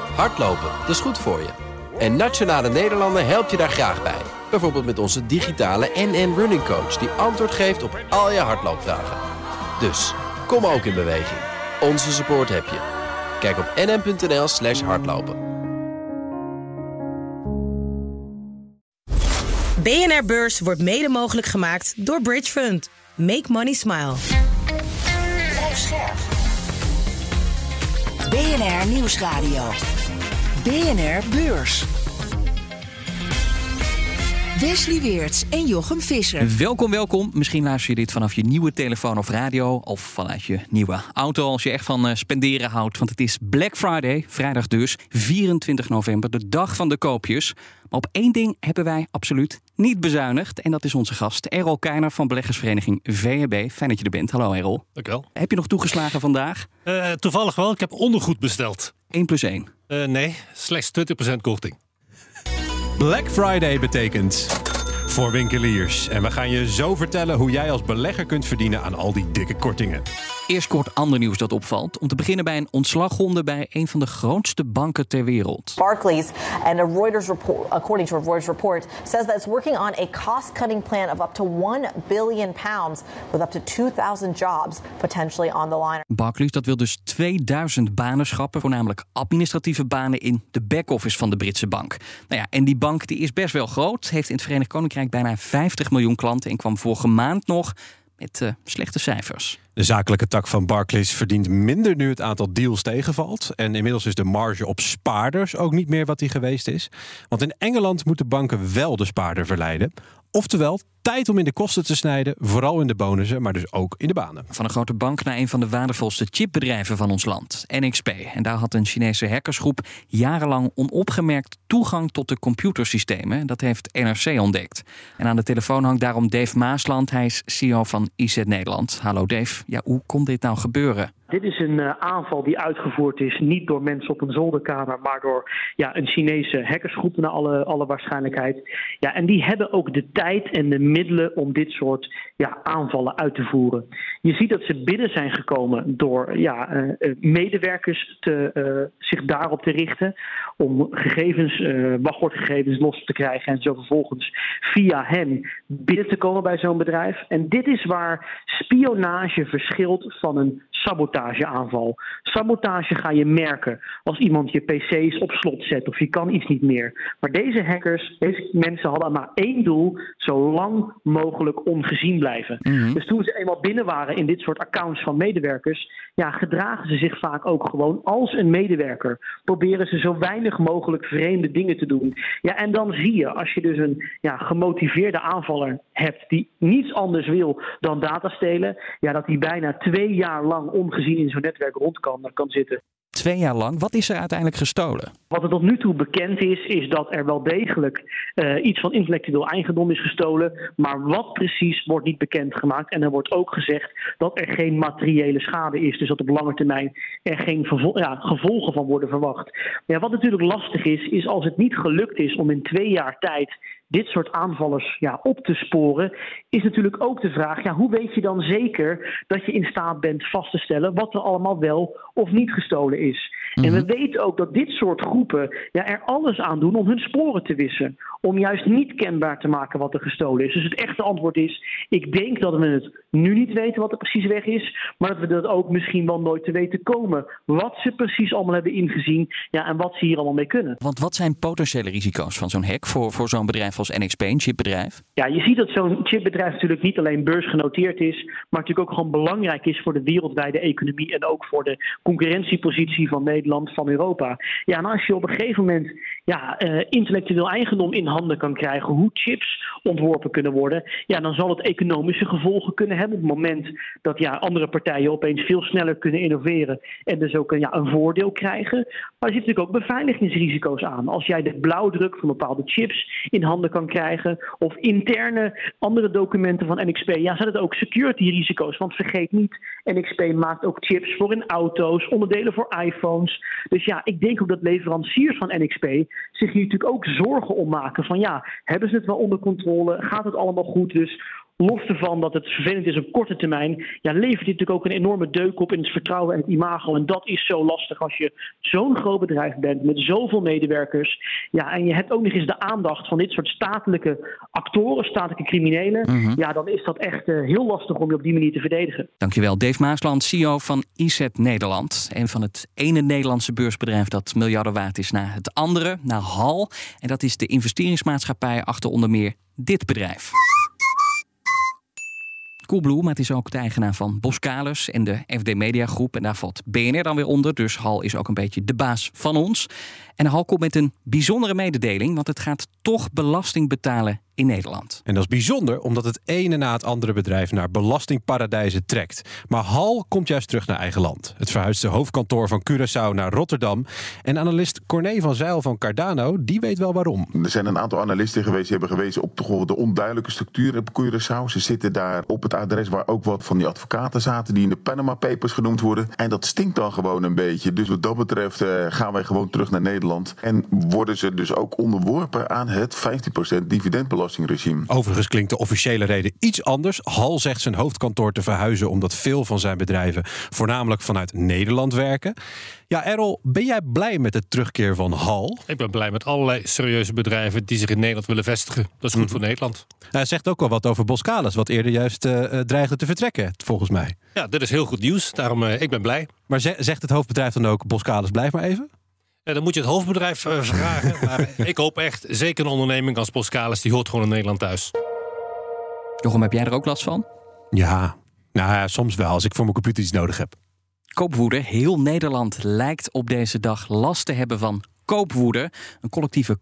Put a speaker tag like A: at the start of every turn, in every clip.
A: Hardlopen, dat is goed voor je. En Nationale Nederlanden helpt je daar graag bij. Bijvoorbeeld met onze digitale NN Running Coach... die antwoord geeft op al je hardloopvragen. Dus, kom ook in beweging. Onze support heb je. Kijk op nn.nl/hardlopen.
B: BNR Beurs wordt mede mogelijk gemaakt door Bridge Fund. Make money smile.
C: Blijf scherp. BNR Nieuwsradio. BNR Beurs. Wesley Weerts en Jochem Visser.
D: Welkom. Misschien luister je dit vanaf je nieuwe telefoon of radio... of vanuit je nieuwe auto als je echt van spenderen houdt. Want het is Black Friday, vrijdag dus, 24 november, de dag van de koopjes. Maar op één ding hebben wij absoluut niet bezuinigd. En dat is onze gast, Errol Keijner van beleggersvereniging VEB. Fijn dat je er bent. Hallo Errol.
E: Dank u wel.
D: Heb je nog toegeslagen vandaag?
E: Toevallig wel. Ik heb ondergoed besteld.
D: 1+1.
E: Nee, slechts 20% korting.
F: Black Friday betekent voor winkeliers. En we gaan je zo vertellen hoe jij als belegger kunt verdienen aan al die dikke kortingen.
D: Eerst kort ander nieuws dat opvalt. Om te beginnen bij een ontslagronde bij een van de grootste banken ter wereld.
G: Barclays, and a Reuters report, according to a Reuters report, says that it's working on a cost-cutting plan of up to £1 billion with up to 2,000 jobs potentially on the line.
D: Barclays dat wil dus 2000 banen schrappen, voornamelijk administratieve banen in de back-office van de Britse bank. Nou ja, en die bank die is best wel groot, heeft in het Verenigd Koninkrijk bijna 50 miljoen klanten en kwam vorige maand nog met slechte cijfers.
F: De zakelijke tak van Barclays verdient minder nu het aantal deals tegenvalt. En inmiddels is de marge op spaarders ook niet meer wat die geweest is. Want in Engeland moeten banken wel de spaarder verleiden. Oftewel, tijd om in de kosten te snijden, vooral in de bonussen, maar dus ook in de banen.
D: Van een grote bank naar een van de waardevolste chipbedrijven van ons land, NXP. En daar had een Chinese hackersgroep jarenlang onopgemerkt toegang tot de computersystemen. Dat heeft NRC ontdekt. En aan de telefoon hangt daarom Dave Maasland. Hij is CEO van IZ Nederland. Hallo Dave. Ja, hoe kon dit nou gebeuren?
H: Dit is een aanval die uitgevoerd is niet door mensen op een zolderkamer, maar door een Chinese hackersgroep naar alle waarschijnlijkheid. Ja, en die hebben ook de tijd en de middelen om dit soort aanvallen uit te voeren. Je ziet dat ze binnen zijn gekomen door medewerkers zich daarop te richten, om gegevens, wachtwoordgegevens los te krijgen en zo vervolgens via hen binnen te komen bij zo'n bedrijf. En dit is waar spionage verschilt van een sabotageaanval. Sabotage ga je merken als iemand je pc's op slot zet of je kan iets niet meer. Maar deze mensen hadden maar één doel: zo lang mogelijk ongezien blijven. Mm-hmm. Dus toen ze eenmaal binnen waren in dit soort accounts van medewerkers, gedragen ze zich vaak ook gewoon als een medewerker. Proberen ze zo weinig mogelijk vreemde dingen te doen. Ja, en dan zie je, als je dus een gemotiveerde aanvaller hebt die niets anders wil dan data stelen, dat hij bijna 2 jaar lang ongezien in zo'n netwerk rond kan zitten.
D: 2 jaar lang? Wat is er uiteindelijk gestolen?
H: Wat er tot nu toe bekend is dat er wel degelijk iets van intellectueel eigendom is gestolen. Maar wat precies wordt niet bekendgemaakt. En er wordt ook gezegd dat er geen materiële schade is. Dus dat op lange termijn er geen gevolgen van worden verwacht. Ja, wat natuurlijk lastig is als het niet gelukt is om in 2 jaar tijd dit soort aanvallers op te sporen, is natuurlijk ook de vraag, hoe weet je dan zeker dat je in staat bent vast te stellen wat er allemaal wel of niet gestolen is. Mm-hmm. En we weten ook dat dit soort groepen er alles aan doen om hun sporen te wissen. Om juist niet kenbaar te maken wat er gestolen is. Dus het echte antwoord is, ik denk dat we het nu niet weten wat er precies weg is, maar dat we dat ook misschien wel nooit te weten komen. Wat ze precies allemaal hebben ingezien en wat ze hier allemaal mee kunnen.
D: Want wat zijn potentiële risico's van zo'n hack voor zo'n bedrijf als NXP, een chipbedrijf?
H: Ja, je ziet dat zo'n chipbedrijf natuurlijk niet alleen beursgenoteerd is, maar natuurlijk ook gewoon belangrijk is voor de wereldwijde economie en ook voor de concurrentiepositie van Nederland, van Europa. Ja, en als je op een gegeven moment intellectueel eigendom in handen kan krijgen, hoe chips ontworpen kunnen worden, dan zal het economische gevolgen kunnen hebben op het moment dat andere partijen opeens veel sneller kunnen innoveren en dus ook een voordeel krijgen. Maar er zitten natuurlijk ook beveiligingsrisico's aan. Als jij de blauwdruk van bepaalde chips in handen kan krijgen of interne andere documenten van NXP, zijn het ook security risico's. Want vergeet niet, NXP maakt ook chips voor in auto's, onderdelen voor iPhones. Dus ik denk ook dat leveranciers van NXP zich hier natuurlijk ook zorgen om maken van hebben ze het wel onder controle? Gaat het allemaal goed? Dus los ervan dat het vervelend is op korte termijn, levert dit natuurlijk ook een enorme deuk op in het vertrouwen en het imago. En dat is zo lastig als je zo'n groot bedrijf bent met zoveel medewerkers. Ja, en je hebt ook nog eens de aandacht van dit soort statelijke actoren, statelijke criminelen.
D: Mm-hmm.
H: Ja, dan is dat echt heel lastig om je op die manier te verdedigen.
D: Dankjewel, Dave Maasland, CEO van IZ Nederland. Een van het ene Nederlandse beursbedrijf dat miljarden waard is na het andere, naar HAL. En dat is de investeringsmaatschappij achter onder meer dit bedrijf. Coolblue, maar het is ook de eigenaar van Boskalis en de FD Media Groep. En daar valt BNR dan weer onder, dus HAL is ook een beetje de baas van ons. En HAL komt met een bijzondere mededeling, want het gaat toch belasting betalen in Nederland.
F: En dat is bijzonder, omdat het ene na het andere bedrijf naar belastingparadijzen trekt. Maar HAL komt juist terug naar eigen land. Het verhuist zijn hoofdkantoor van Curaçao naar Rotterdam. En analist Corné van Zijl van Cardano, die weet wel waarom.
I: Er zijn een aantal analisten geweest die hebben gewezen op de onduidelijke structuur op Curaçao. Ze zitten daar op het adres waar ook wat van die advocaten zaten die in de Panama Papers genoemd worden. En dat stinkt dan gewoon een beetje. Dus wat dat betreft gaan wij gewoon terug naar Nederland. En worden ze dus ook onderworpen aan het 15% dividendbelastingregime.
F: Overigens klinkt de officiële reden iets anders. HAL zegt zijn hoofdkantoor te verhuizen omdat veel van zijn bedrijven voornamelijk vanuit Nederland werken. Ja, Errol, ben jij blij met de terugkeer van HAL?
E: Ik ben blij met allerlei serieuze bedrijven die zich in Nederland willen vestigen. Dat is goed voor Nederland.
F: Hij zegt ook wel wat over Boskalis, wat eerder juist dreigde te vertrekken, volgens mij.
E: Ja, dit is heel goed nieuws. Daarom, ik ben blij.
F: Maar zegt het hoofdbedrijf dan ook, Boskalis, blijf maar even?
E: Dan moet je het hoofdbedrijf vragen. Maar ik hoop echt, zeker een onderneming als Boskalis, die hoort gewoon in Nederland thuis.
D: Jochem, heb jij er ook last van?
F: Ja, nou ja, soms wel, als ik voor mijn computer iets nodig heb.
D: Koopwoede. Heel Nederland lijkt op deze dag last te hebben van koopwoede. Een collectieve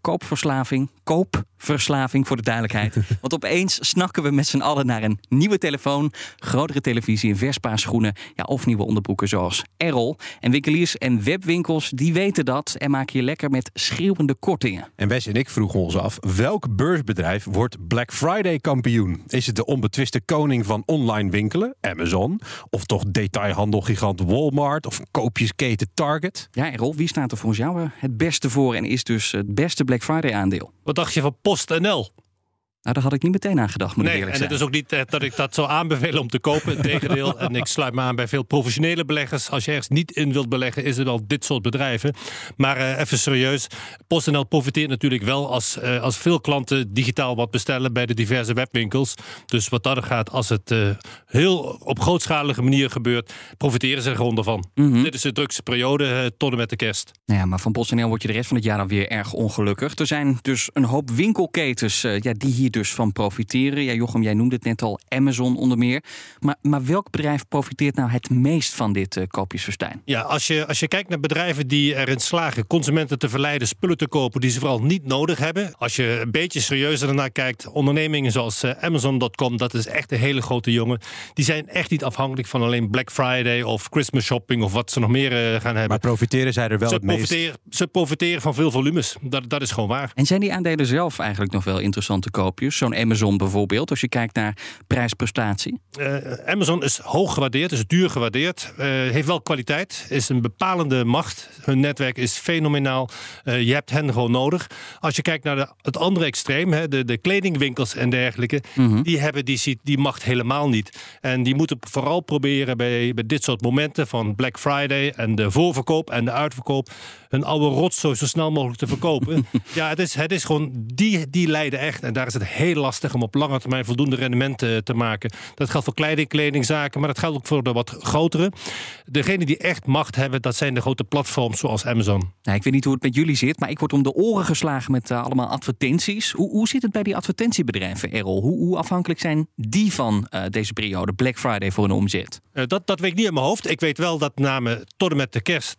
D: koopverslaving voor de duidelijkheid. Want opeens snakken we met z'n allen naar een nieuwe telefoon, grotere televisie, een Vespa schoenen, of nieuwe onderbroeken zoals Errol. En winkeliers en webwinkels, die weten dat en maken je lekker met schreeuwende kortingen.
F: En Wes en ik vroegen ons af, welk beursbedrijf wordt Black Friday kampioen? Is het de onbetwiste koning van online winkelen, Amazon? Of toch detailhandelgigant Walmart of koopjesketen Target?
D: Ja, Errol, wie staat er volgens jou het beste voor en is dus het beste Black Friday aandeel?
E: Wat dacht je van PostNL?
D: Nou, daar had ik niet meteen aan gedacht, moet ik eerlijk zijn.
E: En het is ook niet dat ik dat zou aanbevelen om te kopen. Integendeel, en ik sluit me aan bij veel professionele beleggers. Als je ergens niet in wilt beleggen, is het al dit soort bedrijven. Maar even serieus, PostNL profiteert natuurlijk wel als veel klanten digitaal wat bestellen bij de diverse webwinkels. Dus wat dat gaat, als het heel op grootschalige manier gebeurt, profiteren ze er gewoon ervan. Mm-hmm. Dit is de drukste periode tot en met de kerst.
D: Nou ja, maar van PostNL word je de rest van het jaar dan weer erg ongelukkig. Er zijn dus een hoop winkelketens die hier dus van profiteren. Ja, Jochem, jij noemde het net al, Amazon onder meer. Maar welk bedrijf profiteert nou het meest van dit koopjesfestijn?
E: Ja, als je kijkt naar bedrijven die erin slagen consumenten te verleiden spullen te kopen die ze vooral niet nodig hebben. Als je een beetje serieuzer ernaar kijkt, ondernemingen zoals Amazon.com, dat is echt een hele grote jongen. Die zijn echt niet afhankelijk van alleen Black Friday of Christmas shopping of wat ze nog meer gaan hebben.
F: Maar profiteren zij er wel het meest?
E: Ze profiteren van veel volumes. Dat is gewoon waar.
D: En zijn die aandelen zelf eigenlijk nog wel interessante koopjes? Zo'n Amazon bijvoorbeeld, als je kijkt naar prijsprestatie?
E: Amazon is hoog gewaardeerd, is duur gewaardeerd. Heeft wel kwaliteit, is een bepalende macht. Hun netwerk is fenomenaal. Je hebt hen gewoon nodig. Als je kijkt naar het andere extreem, de kledingwinkels en dergelijke, die hebben die macht helemaal niet. En die moeten vooral proberen bij dit soort momenten van Black Friday en de voorverkoop en de uitverkoop hun oude rotzooi zo snel mogelijk te verkopen. Ja, het is gewoon, die lijden echt. En daar is het heel lastig om op lange termijn voldoende rendement te maken. Dat geldt voor kledingzaken, maar dat geldt ook voor de wat grotere. Degenen die echt macht hebben, dat zijn de grote platforms zoals Amazon.
D: Nou, ik weet niet hoe het met jullie zit, maar ik word om de oren geslagen met allemaal advertenties. Hoe zit het bij die advertentiebedrijven, Errol? Hoe afhankelijk zijn die van deze periode, Black Friday, voor een omzet?
E: Dat weet ik niet in mijn hoofd. Ik weet wel dat tot en met de kerst,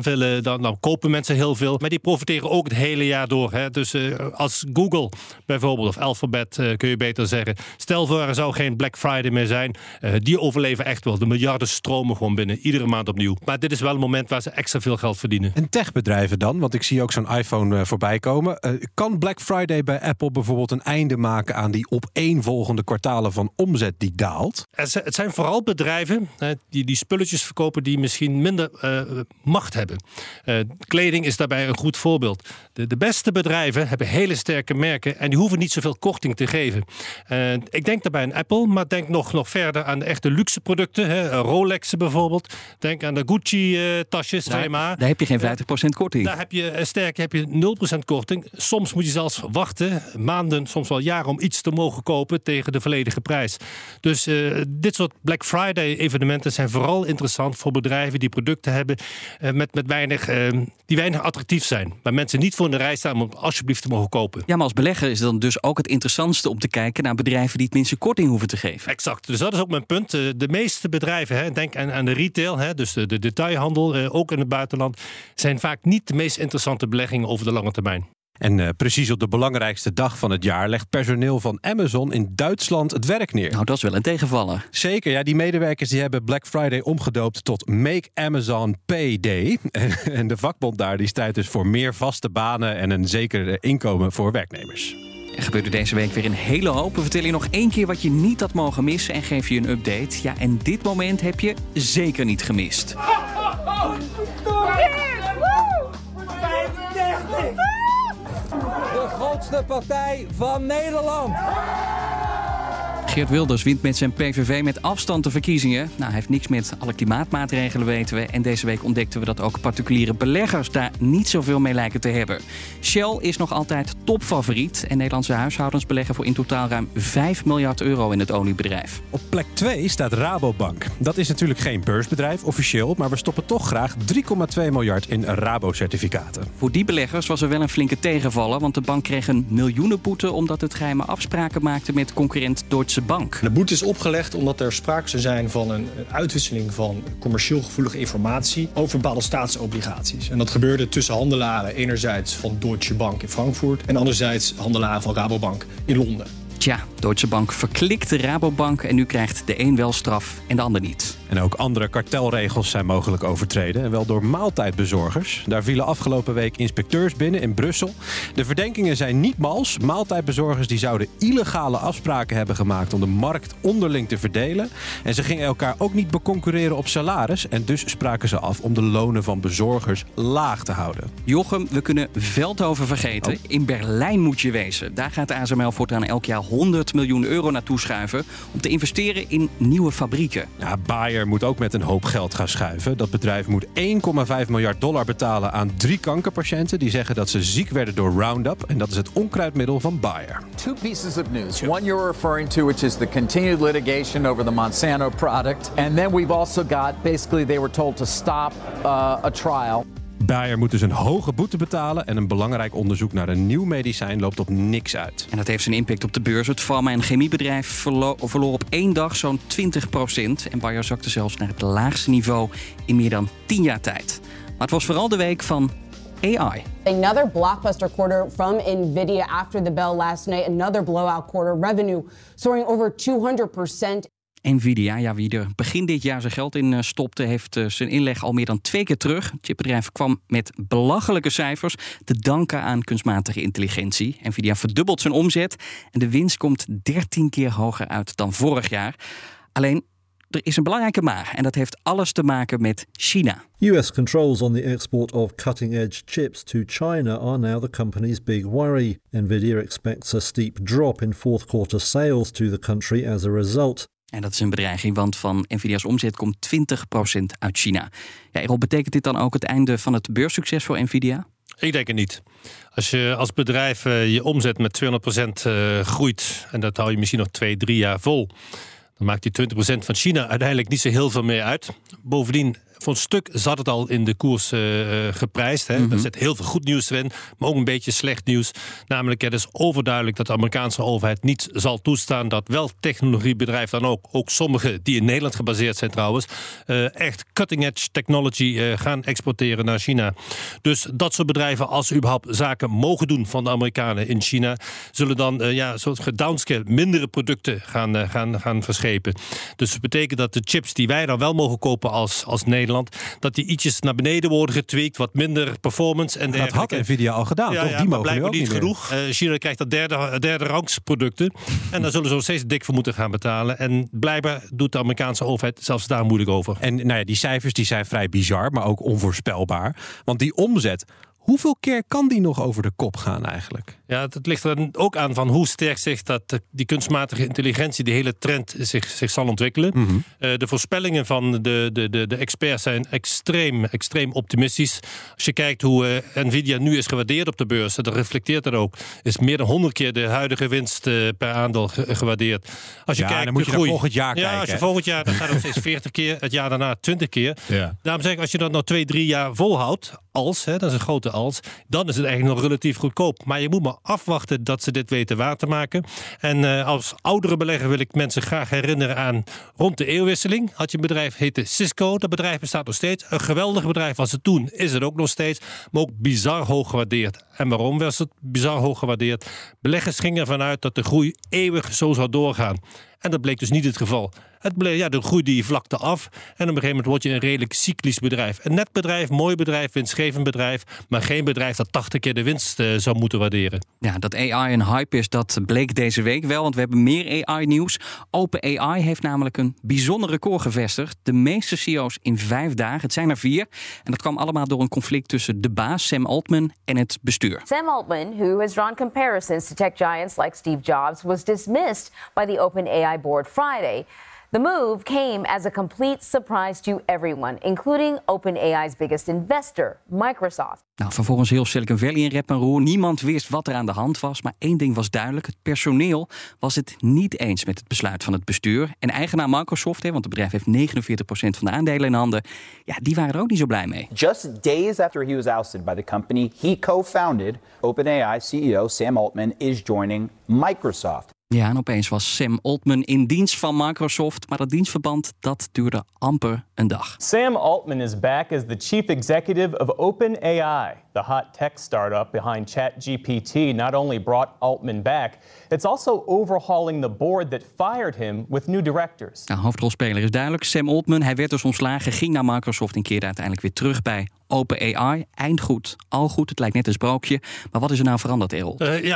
E: dan kopen mensen heel veel. Maar die profiteren ook het hele jaar door. Hè. Dus als Google bijvoorbeeld, of Alphabet kun je beter zeggen. Stel voor, er zou geen Black Friday meer zijn. Die overleven echt wel. De miljarden stromen gewoon binnen. Iedere maand opnieuw. Maar dit is wel een moment waar ze extra veel geld verdienen.
F: En techbedrijven dan? Want ik zie ook zo'n iPhone voorbij komen. Kan Black Friday bij Apple bijvoorbeeld een einde maken aan die opeenvolgende kwartalen van omzet die daalt?
E: Het zijn vooral bedrijven die spulletjes verkopen die misschien minder macht hebben. Kleding is daarbij een goed voorbeeld. De beste bedrijven hebben hele sterke merken en die hoeven niet zoveel korting te geven. Ik denk daarbij aan Apple, maar denk nog verder aan de echte luxe producten. Rolexen bijvoorbeeld. Denk aan de Gucci-tasjes.
D: Daar heb je geen 50% korting.
E: Daar heb je 0% korting. Soms moet je zelfs wachten, maanden, soms wel jaren, om iets te mogen kopen tegen de volledige prijs. Dus dit soort Black Friday-evenementen zijn vooral interessant voor bedrijven die producten hebben die weinig attractief zijn. Waar mensen niet voor in de rij staan om alsjeblieft te mogen kopen.
D: Ja, maar als belegger is het dan dus ook het interessantste om te kijken naar bedrijven die het minste korting hoeven te geven.
E: Exact. Dus dat is ook mijn punt. De meeste bedrijven, denk aan de retail, dus de detailhandel, ook in het buitenland, zijn vaak niet de meest interessante beleggingen over de lange termijn.
F: En precies op de belangrijkste dag van het jaar legt personeel van Amazon in Duitsland het werk neer.
D: Nou, dat is wel een tegenvaller.
F: Zeker, ja. Die medewerkers die hebben Black Friday omgedoopt tot Make Amazon Pay Day. En de vakbond daar die strijdt dus voor meer vaste banen en een zeker inkomen voor werknemers.
D: Er gebeurde deze week weer een hele hoop. We vertellen je nog 1 keer wat je niet had mogen missen en geef je een update. Ja, en dit moment heb je zeker niet gemist.
J: De grootste partij van Nederland.
D: Geert Wilders wint met zijn PVV met afstand de verkiezingen. Nou, hij heeft niks met alle klimaatmaatregelen, weten we. En deze week ontdekten we dat ook particuliere beleggers daar niet zoveel mee lijken te hebben. Shell is nog altijd topfavoriet. En Nederlandse huishoudens beleggen voor in totaal ruim 5 miljard euro in het oliebedrijf.
F: Op plek 2 staat Rabobank. Dat is natuurlijk geen beursbedrijf, officieel. Maar we stoppen toch graag 3,2 miljard in Rabo-certificaten.
D: Voor die beleggers was er wel een flinke tegenvaller. Want de bank kreeg een miljoenenboete omdat het geheime afspraken maakte met concurrent Deutsche Bank.
K: De boete is opgelegd omdat er sprake zou zijn van een uitwisseling van commercieel gevoelige informatie over bepaalde staatsobligaties. En dat gebeurde tussen handelaren enerzijds van Deutsche Bank in Frankfurt en anderzijds handelaren van Rabobank in Londen.
D: Tja, Deutsche Bank verklikte Rabobank en nu krijgt de een wel straf en de ander niet.
F: En ook andere kartelregels zijn mogelijk overtreden. En wel door maaltijdbezorgers. Daar vielen afgelopen week inspecteurs binnen in Brussel. De verdenkingen zijn niet mals. Maaltijdbezorgers die zouden illegale afspraken hebben gemaakt om de markt onderling te verdelen. En ze gingen elkaar ook niet beconcurreren op salaris. En dus spraken ze af om de lonen van bezorgers laag te houden.
D: Jochem, we kunnen Veldhoven vergeten. In Berlijn moet je wezen. Daar gaat de ASML voortaan elk jaar 100 miljoen euro naartoe schuiven om te investeren in nieuwe fabrieken.
F: Ja, Bayer moet ook met een hoop geld gaan schuiven. Dat bedrijf moet $1,5 miljard betalen aan 3 kankerpatiënten die zeggen dat ze ziek werden door Roundup. En dat is het onkruidmiddel van Bayer.
L: 2 pieces of news. One you're referring to, which is the continued litigation over the Monsanto product. And then we've also got, basically they were told to stop a trial.
F: Bayer moet dus een hoge boete betalen en een belangrijk onderzoek naar een nieuw medicijn loopt op niks uit.
D: En dat heeft zijn impact op de beurs. Het farma- en chemiebedrijf verloor op 1 dag zo'n 20%. En Bayer zakte zelfs naar het laagste niveau in meer dan 10 jaar tijd. Maar het was vooral de week van AI.
M: Another blockbuster quarter from Nvidia after the bell last night. Another blowout quarter. Revenue soaring over 200%.
D: Nvidia, ja, wie er begin dit jaar zijn geld in stopte, heeft zijn inleg al meer dan 2 keer terug. Het chipbedrijf kwam met belachelijke cijfers te danken aan kunstmatige intelligentie. Nvidia verdubbelt zijn omzet en de winst komt 13 keer hoger uit dan vorig jaar. Alleen, er is een belangrijke maar en dat heeft alles te maken met China.
N: US controls on the export of cutting-edge chips to China are now the company's big worry. Nvidia expects a steep drop in fourth quarter sales to the country as a result.
D: En dat is een bedreiging, want van Nvidia's omzet komt 20% uit China. Ja, Errol, betekent dit dan ook het einde van het beurssucces voor Nvidia?
E: Ik denk het niet. Als je als bedrijf je omzet met 200% groeit, en dat hou je misschien nog 2-3 jaar vol, dan maakt die 20% van China uiteindelijk niet zo heel veel meer uit. Bovendien, voor een stuk zat het al in de koers geprijsd. Hè. Er zit heel veel goed nieuws erin, maar ook een beetje slecht nieuws. Namelijk, het is overduidelijk dat de Amerikaanse overheid niet zal toestaan dat wel technologiebedrijven dan ook sommige die in Nederland gebaseerd zijn trouwens, echt cutting-edge technology gaan exporteren naar China. Dus dat soort bedrijven, als ze überhaupt zaken mogen doen van de Amerikanen in China, zullen dan soort gedownscale mindere producten gaan verschepen. Dus dat betekent dat de chips die wij dan wel mogen kopen als Nederland, dat die ietsjes naar beneden worden getweakt, wat minder performance en dergelijke.
F: Dat had Nvidia al gedaan, toch? Die mogen
E: blijkbaar
F: ook niet
E: genoeg. China krijgt dat derde rangs producten. En daar zullen ze nog steeds dik voor moeten gaan betalen. En blijkbaar doet de Amerikaanse overheid zelfs daar moeilijk over.
F: En die cijfers die zijn vrij bizar, maar ook onvoorspelbaar. Want die omzet Hoeveel keer kan die nog over de kop gaan eigenlijk?
E: Ja, het ligt er ook aan van hoe sterk zich die kunstmatige intelligentie, die hele trend zich zal ontwikkelen. Mm-hmm. De voorspellingen van de experts zijn extreem optimistisch. Als je kijkt hoe Nvidia nu is gewaardeerd op de beurs, dat reflecteert dat ook, is meer dan 100 keer de huidige winst per aandeel gewaardeerd. Als je kijkt,
F: dan moet je naar volgend jaar kijken.
E: Ja, als je volgend jaar, dan gaat het steeds 40 keer, het jaar daarna 20 keer. Ja. Daarom zeg ik, als je dat nog 2-3 jaar volhoudt, dat is een grote als, dan is het eigenlijk nog relatief goedkoop. Maar je moet maar afwachten dat ze dit weten waar te maken. En als oudere belegger wil ik mensen graag herinneren aan rond de eeuwwisseling. Had je een bedrijf, heette Cisco. Dat bedrijf bestaat nog steeds. Een geweldig bedrijf was het toen, is het ook nog steeds. Maar ook bizar hoog gewaardeerd. En waarom was het bizar hoog gewaardeerd? Beleggers gingen ervan uit dat de groei eeuwig zo zou doorgaan. En dat bleek dus niet het geval. De groei die vlakte af. En op een gegeven moment word je een redelijk cyclisch bedrijf. Een net bedrijf, mooi bedrijf, winstgevend bedrijf. Maar geen bedrijf dat 80 keer de winst zou moeten waarderen.
D: Ja, dat AI een hype is, dat bleek deze week wel. Want we hebben meer AI-nieuws. OpenAI heeft namelijk een bijzonder record gevestigd. De meeste CEO's in 5 dagen. Het zijn er 4. En dat kwam allemaal door een conflict tussen de baas, Sam Altman, en het bestuur.
O: Sam Altman, who has drawn comparisons to tech giants like Steve Jobs, was dismissed by the OpenAI board Friday. The move came as a complete surprise to everyone, including OpenAI's biggest investor, Microsoft.
D: Nou, vervolgens heel Silicon Valley in rep en roer. Niemand wist wat er aan de hand was, maar één ding was duidelijk. Het personeel was het niet eens met het besluit van het bestuur. En eigenaar Microsoft, want het bedrijf heeft 49% van de aandelen in handen, ja, die waren er ook niet zo blij mee.
P: Just days after he was ousted by the company he co-founded, OpenAI CEO Sam Altman is joining Microsoft.
D: Ja, en opeens was Sam Altman in dienst van Microsoft, maar dat dienstverband dat duurde amper een dag.
Q: Sam Altman is back as the chief executive of OpenAI. The hot tech startup behind ChatGPT not only brought Altman back, it's also overhauling the board that fired him with new directors.
D: Nou, hoofdrolspeler is duidelijk, Sam Altman. Hij werd dus ontslagen, ging naar Microsoft en keerde uiteindelijk weer terug bij OpenAI. Eindgoed, al goed, het lijkt net een sprookje. Maar wat is er nou veranderd, Errol?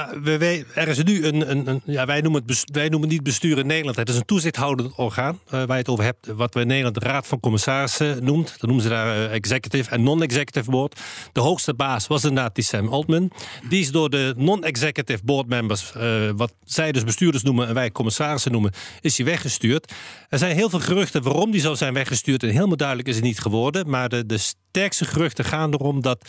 E: Er is nu wij noemen het niet bestuur in Nederland. Het is een toezichthoudend orgaan waar je het over hebt. Wat we in Nederland de Raad van Commissarissen noemt. Dat noemen ze daar executive en non-executive board. De hoogste baas was inderdaad die Sam Altman. Die is door de non-executive board members, wat zij dus bestuurders noemen en wij commissarissen noemen, is hij weggestuurd. Er zijn heel veel geruchten waarom die zou zijn weggestuurd. En helemaal duidelijk is het niet geworden. Maar de sterkste geruchten gaan erom dat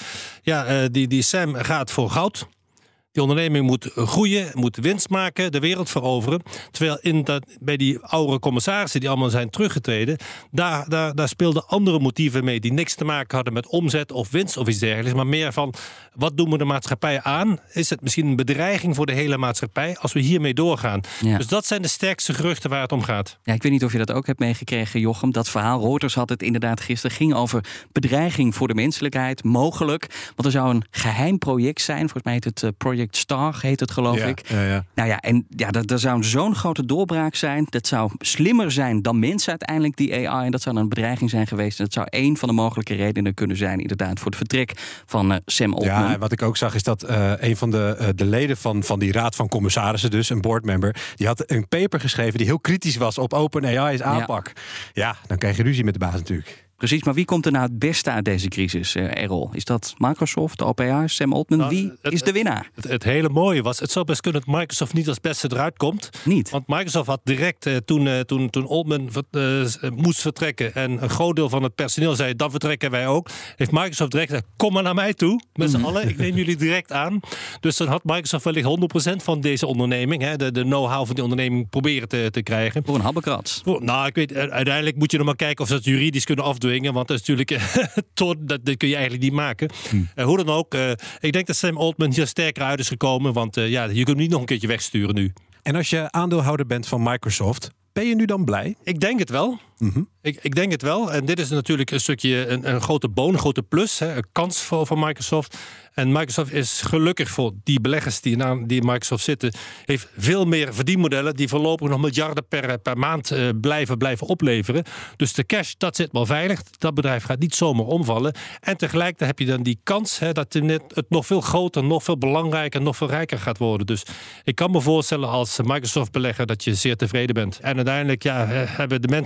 E: die Sam gaat voor goud. Die onderneming moet groeien, moet winst maken, de wereld veroveren. Terwijl bij die oude commissarissen die allemaal zijn teruggetreden, daar speelden andere motieven mee die niks te maken hadden met omzet of winst of iets dergelijks. Maar meer van, wat doen we de maatschappij aan? Is het misschien een bedreiging voor de hele maatschappij als we hiermee doorgaan? Ja. Dus dat zijn de sterkste geruchten waar het om gaat.
D: Ja, ik weet niet of je dat ook hebt meegekregen, Jochem. Dat verhaal, Reuters had het inderdaad gisteren, ging over bedreiging voor de menselijkheid, mogelijk. Want er zou een geheim project zijn, volgens mij heet het Project Star, heet het geloof ik. Ja. Nou ja, en er zou zo'n grote doorbraak zijn. Dat zou slimmer zijn dan mensen uiteindelijk, die AI. En dat zou een bedreiging zijn geweest. En dat zou één van de mogelijke redenen kunnen zijn, inderdaad, voor het vertrek van Sam Altman.
F: Ja, en wat ik ook zag is dat een van de leden van die raad van commissarissen, dus een boardmember, die had een paper geschreven die heel kritisch was op OpenAI's aanpak. Ja, dan krijg je ruzie met de baas natuurlijk.
D: Precies, maar wie komt er nou het beste uit deze crisis, Errol? Is dat Microsoft, de OpenAI, Sam Altman? Wie is de winnaar?
E: Het hele mooie was, het zou best kunnen dat Microsoft niet als beste eruit komt.
D: Niet?
E: Want Microsoft had direct, toen Altman moest vertrekken en een groot deel van het personeel zei, dan vertrekken wij ook, heeft Microsoft direct gezegd, kom maar naar mij toe, met z'n allen, ik neem jullie direct aan. Dus dan had Microsoft wellicht 100% van deze onderneming, de know-how van die onderneming proberen te krijgen.
D: Voor een habbekrats.
E: Nou, ik weet, uiteindelijk moet je nog maar kijken of ze dat juridisch kunnen afdwingen. Want dat is natuurlijk dat kun je eigenlijk niet maken. Hoe dan ook, ik denk dat Sam Altman hier sterker uit is gekomen. Want je kunt hem niet nog een keertje wegsturen nu.
F: En als je aandeelhouder bent van Microsoft, ben je nu dan blij?
E: Ik denk het wel. Mm-hmm. Ik denk het wel. En dit is natuurlijk een stukje een grote een grote plus. Een kans voor Microsoft. En Microsoft is gelukkig voor die beleggers die in Microsoft zitten, heeft veel meer verdienmodellen die voorlopig nog miljarden per maand blijven opleveren. Dus de cash, dat zit wel veilig. Dat bedrijf gaat niet zomaar omvallen. En tegelijkertijd heb je dan die kans dat het nog veel groter, nog veel belangrijker, nog veel rijker gaat worden. Dus ik kan me voorstellen als Microsoft belegger dat je zeer tevreden bent. En uiteindelijk hebben de mensen die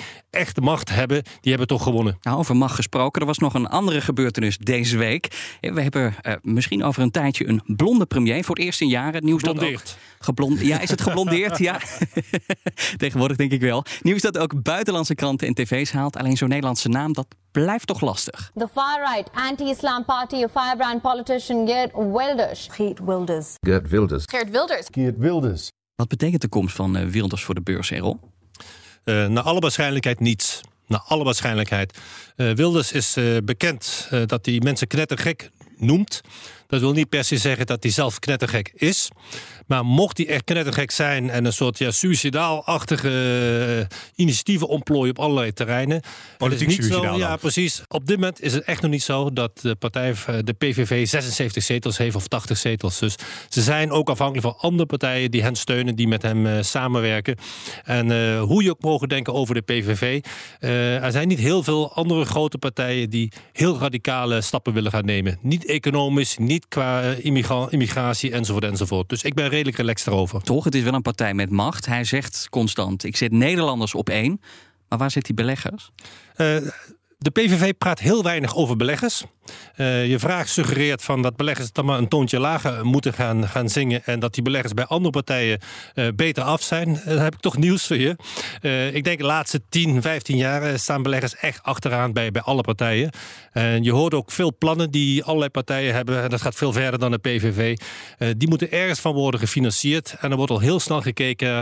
E: echt de macht hebben, die hebben toch gewonnen.
D: Nou, over macht gesproken, er was nog een andere gebeurtenis deze week. We hebben misschien over een tijdje een blonde premier. Voor het eerst in jaren. Nieuws dat ook ja, is het geblondeerd? Ja. Tegenwoordig denk ik wel. Nieuws dat ook buitenlandse kranten en tv's haalt. Alleen zo'n Nederlandse naam, dat blijft toch lastig.
R: The far-right anti-Islam party of firebrand politician Geert Wilders.
G: Geert Wilders.
R: Geert Wilders. Geert Wilders.
N: Geert Wilders.
D: Wat betekent de komst van Wilders voor de beurs, Errol?
E: Naar alle waarschijnlijkheid niets. Naar alle waarschijnlijkheid. Wilders is bekend dat hij mensen knettergek noemt. Dat wil niet per se zeggen dat hij zelf knettergek is. Maar mocht hij echt knettergek zijn en een soort suicidaal-achtige initiatieven ontplooien op allerlei terreinen.
F: Politiek suicidaal.
E: Ja, precies. Op dit moment is het echt nog niet zo dat de PVV 76 zetels heeft of 80 zetels. Dus ze zijn ook afhankelijk van andere partijen die hen steunen, die met hem samenwerken. En hoe je ook mogen denken over de PVV, er zijn niet heel veel andere grote partijen die heel radicale stappen willen gaan nemen. Niet economisch, niet qua immigratie enzovoort. Dus ik ben redelijk relaxed erover.
D: Toch, het is wel een partij met macht. Hij zegt constant, ik zet Nederlanders op één. Maar waar zit die beleggers?
E: De PVV praat heel weinig over beleggers. Je vraag suggereert van dat beleggers dan maar een toontje lager moeten gaan zingen en dat die beleggers bij andere partijen beter af zijn. Dan heb ik toch nieuws voor je. Ik denk de laatste 10, 15 jaar staan beleggers echt achteraan bij alle partijen. En je hoort ook veel plannen die allerlei partijen hebben. En dat gaat veel verder dan de PVV. Die moeten ergens van worden gefinancierd. En er wordt al heel snel gekeken.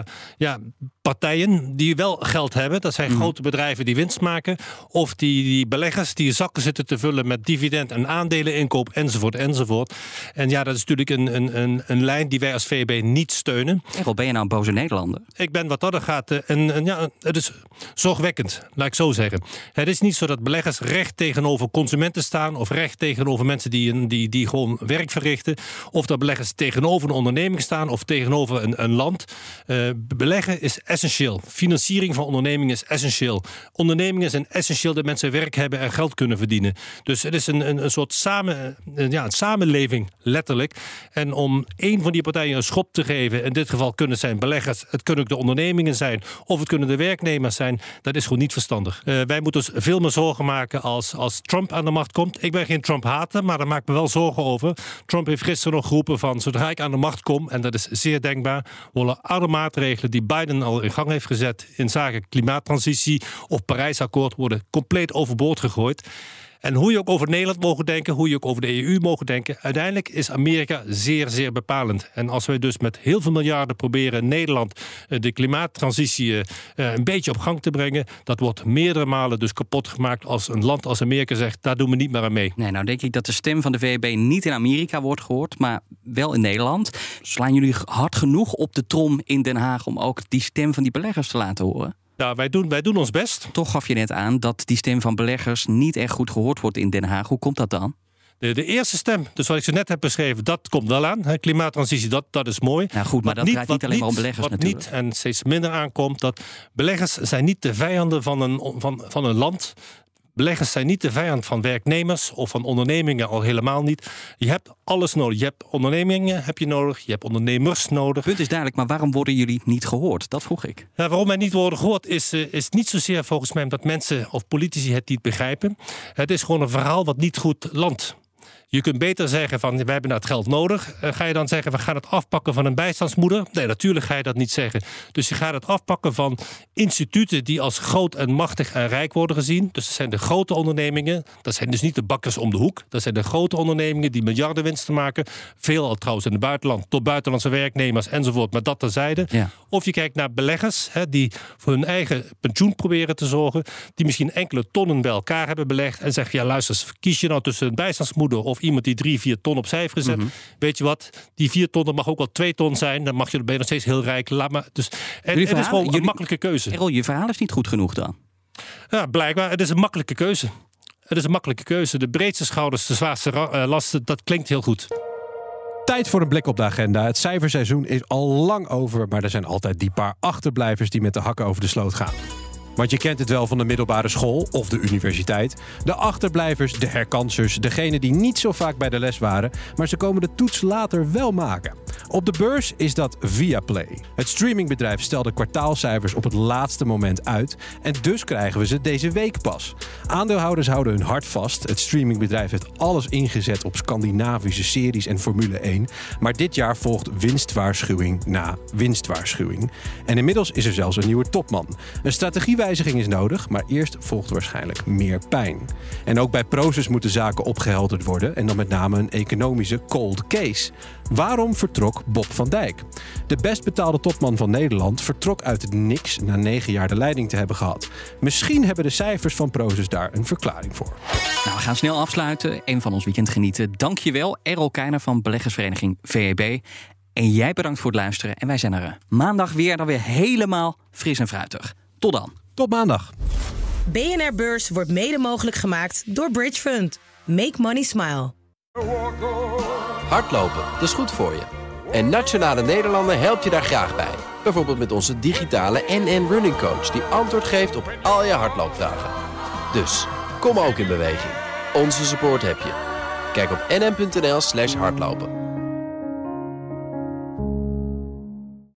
E: Partijen die wel geld hebben. Dat zijn grote bedrijven die winst maken. Of die beleggers die zakken zitten te vullen met dividend en aandeleninkoop enzovoort. En ja, dat is natuurlijk een lijn die wij als VEB niet steunen.
D: Errol, ben je nou een boze Nederlander?
E: Ik ben wat dat gaat. Het is zorgwekkend, laat ik zo zeggen. Het is niet zo dat beleggers recht tegenover consumenten staan of recht tegenover mensen die gewoon werk verrichten. Of dat beleggers tegenover een onderneming staan of tegenover een land. Beleggen is essentieel. Financiering van ondernemingen is essentieel. Ondernemingen zijn essentieel dat mensen werk hebben en geld kunnen verdienen. Dus het is een soort samenleving, letterlijk. En om één van die partijen een schop te geven, in dit geval kunnen het zijn beleggers, het kunnen ook de ondernemingen zijn, of het kunnen de werknemers zijn, dat is gewoon niet verstandig. Wij moeten ons veel meer zorgen maken als Trump aan de macht komt. Ik ben geen Trump-hater, maar daar maak ik me wel zorgen over. Trump heeft gisteren nog geroepen van, zodra ik aan de macht kom, en dat is zeer denkbaar, worden alle maatregelen die Biden al in gang heeft gezet in zaken klimaattransitie of Parijsakkoord worden compleet overboord gegooid. En hoe je ook over Nederland mogen denken, hoe je ook over de EU mogen denken, uiteindelijk is Amerika zeer, zeer bepalend. En als wij dus met heel veel miljarden proberen Nederland de klimaattransitie een beetje op gang te brengen, dat wordt meerdere malen dus kapot gemaakt als een land als Amerika zegt, daar doen we niet meer aan mee.
D: Nee, nou denk ik dat de stem van de VEB niet in Amerika wordt gehoord, maar wel in Nederland. Slaan jullie hard genoeg op de trom in Den Haag om ook die stem van die beleggers te laten horen?
E: Nou, wij doen ons best.
D: Toch gaf je net aan dat die stem van beleggers niet echt goed gehoord wordt in Den Haag. Hoe komt dat dan?
E: De eerste stem, dus wat ik zo net heb beschreven, dat komt wel aan. Klimaattransitie, dat is mooi.
D: Nou goed, maar dat draait niet alleen maar om beleggers natuurlijk.
E: Wat niet en steeds minder aankomt, dat beleggers zijn niet de vijanden van een land. Beleggers zijn niet de vijand van werknemers of van ondernemingen, al helemaal niet. Je hebt alles nodig. Je hebt ondernemingen heb je nodig, je hebt ondernemers nodig.
D: Het punt is duidelijk, maar waarom worden jullie niet gehoord? Dat vroeg ik.
E: Ja, waarom wij niet worden gehoord is niet zozeer volgens mij omdat mensen of politici het niet begrijpen. Het is gewoon een verhaal wat niet goed landt. Je kunt beter zeggen van, we hebben dat geld nodig. Ga je dan zeggen, we gaan het afpakken van een bijstandsmoeder? Nee, natuurlijk ga je dat niet zeggen. Dus je gaat het afpakken van instituten die als groot en machtig en rijk worden gezien. Dus dat zijn de grote ondernemingen. Dat zijn dus niet de bakkers om de hoek. Dat zijn de grote ondernemingen die miljarden winsten maken. Veelal trouwens in het buitenland, tot buitenlandse werknemers enzovoort. Maar dat terzijde.
D: Ja.
E: Of je kijkt naar beleggers die voor hun eigen pensioen proberen te zorgen. Die misschien enkele tonnen bij elkaar hebben belegd. En zeggen, ja luister, kies je nou tussen een bijstandsmoeder of iemand die 3-4 ton opzij heeft gezet. Weet je wat, die 4 ton, dat mag ook wel 2 ton zijn. Dan ben je nog steeds heel rijk. Laat maar. Dus, het is gewoon een makkelijke keuze.
D: Errol, je verhaal is niet goed genoeg dan?
E: Ja, blijkbaar. Het is een makkelijke keuze. Het is een makkelijke keuze. De breedste schouders, de zwaarste lasten, dat klinkt heel goed.
F: Tijd voor een blik op de agenda. Het cijferseizoen is al lang over, maar er zijn altijd die paar achterblijvers die met de hakken over de sloot gaan. Want je kent het wel van de middelbare school of de universiteit. De achterblijvers, de herkansers, degenen die niet zo vaak bij de les waren, maar ze komen de toets later wel maken. Op de beurs is dat Viaplay. Het streamingbedrijf stelde kwartaalcijfers op het laatste moment uit en dus krijgen we ze deze week pas. Aandeelhouders houden hun hart vast. Het streamingbedrijf heeft alles ingezet op Scandinavische series en Formule 1, maar dit jaar volgt winstwaarschuwing na winstwaarschuwing. En inmiddels is er zelfs een nieuwe topman. Een strategiewijziging is nodig, maar eerst volgt waarschijnlijk meer pijn. En ook bij Prosus moeten zaken opgehelderd worden en dan met name een economische cold case. Waarom vertrok Bob van Dijk? De best betaalde topman van Nederland vertrok uit het niks na 9 jaar de leiding te hebben gehad. Misschien hebben de cijfers van Prosus daar een verklaring voor.
D: Nou, we gaan snel afsluiten. Een van ons weekend genieten. Dankjewel, Errol Keijner van beleggersvereniging VEB. En jij bedankt voor het luisteren. En wij zijn er maandag weer, dan weer helemaal fris en fruitig. Tot dan.
F: Tot maandag.
B: BNR Beurs wordt mede mogelijk gemaakt door Bridge Fund. Make money smile.
A: Hardlopen, dat is goed voor je. En Nationale Nederlanden helpt je daar graag bij. Bijvoorbeeld met onze digitale NN Running Coach, die antwoord geeft op al je hardloopvragen. Dus, kom ook in beweging. Onze support heb je. Kijk op nn.nl/hardlopen.